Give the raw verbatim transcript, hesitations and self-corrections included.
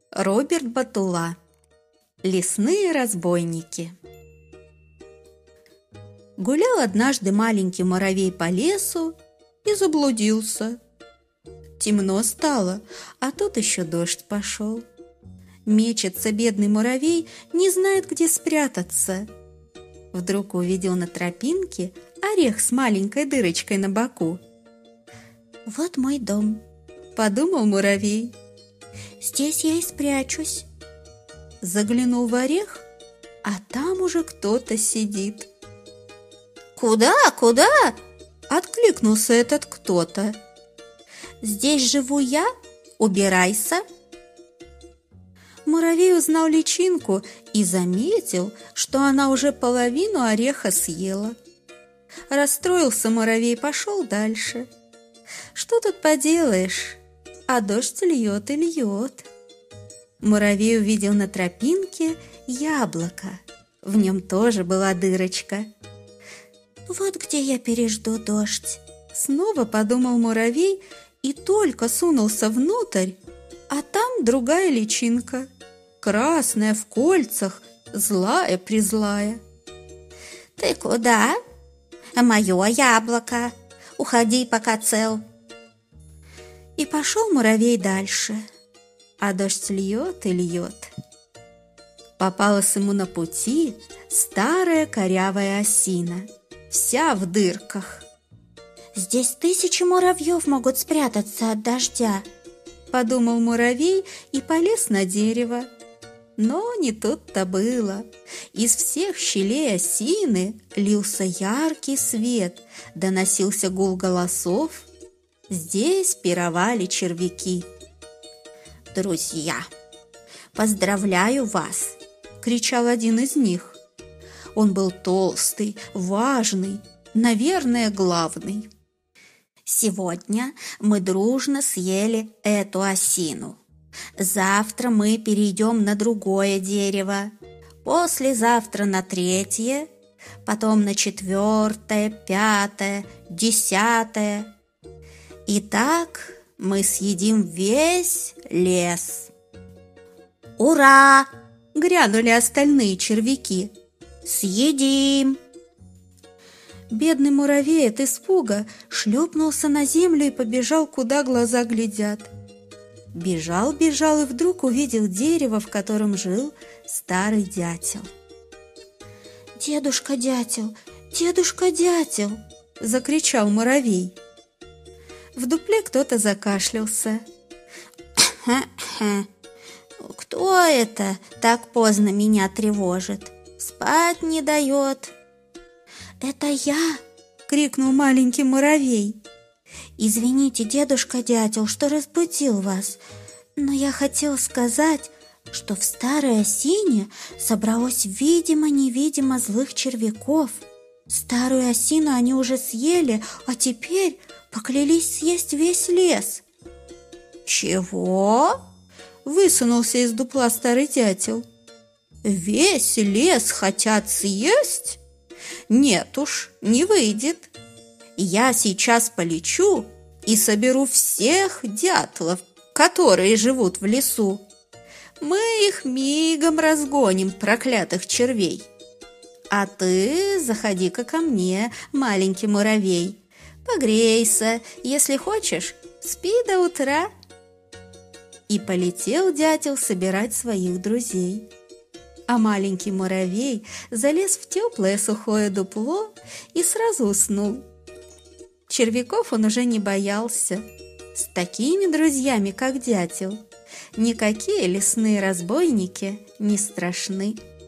Роберт Батула. Лесные разбойники. Гулял однажды маленький муравей по лесу и заблудился. Темно стало, а тут еще дождь пошел. Мечется бедный муравей, не знает, где спрятаться. Вдруг увидел на тропинке орех с маленькой дырочкой на боку. «Вот мой дом», — подумал муравей. «Здесь я и спрячусь». Заглянул в орех, а там уже кто-то сидит. «Куда, куда?» — откликнулся этот кто-то. «Здесь живу я, убирайся». Муравей узнал личинку и заметил, что она уже половину ореха съела. Расстроился муравей, пошел дальше. Что тут поделаешь, а дождь льет и льет. Муравей увидел на тропинке яблоко. В нем тоже была дырочка. «Вот где я пережду дождь», — снова подумал муравей и только сунулся внутрь, а там другая личинка, красная в кольцах, злая-призлая. «Ты куда? Мое яблоко. Уходи, пока цел». И пошел муравей дальше, а дождь льет и льет. Попалась ему на пути старая корявая осина, вся в дырках. «Здесь тысячи муравьев могут спрятаться от дождя», — подумал муравей и полез на дерево. Но не тут-то было. Из всех щелей осины лился яркий свет, доносился гул голосов. Здесь пировали червяки. «Друзья, поздравляю вас!» — кричал один из них. Он был толстый, важный, наверное, главный. «Сегодня мы дружно съели эту осину. Завтра мы перейдем на другое дерево, послезавтра на третье, потом на четвертое, пятое, десятое. И так мы съедим весь лес». «Ура!» — грянули остальные червяки. «Съедим!» Бедный муравей от испуга шлепнулся на землю и побежал, куда глаза глядят. Бежал, бежал и вдруг увидел дерево, в котором жил старый дятел. «Дедушка дятел, дедушка дятел!» — закричал муравей. В дупле кто-то закашлялся. «Кто это так поздно меня тревожит? Спать не дает?» «Это я!» — крикнул маленький муравей. «Извините, дедушка дятел, что разбудил вас, но я хотел сказать, что в старой осине собралось видимо-невидимо злых червяков. Старую осину они уже съели, а теперь поклялись съесть весь лес». «Чего?» — высунулся из дупла старый дятел. «Весь лес хотят съесть? Нет уж, не выйдет. Я сейчас полечу и соберу всех дятлов, которые живут в лесу. Мы их мигом разгоним, проклятых червей. А ты заходи-ка ко мне, маленький муравей. Погрейся, если хочешь, спи до утра». И полетел дятел собирать своих друзей. А маленький муравей залез в теплое сухое дупло и сразу уснул. Червяков он уже не боялся. С такими друзьями, как дятел, никакие лесные разбойники не страшны.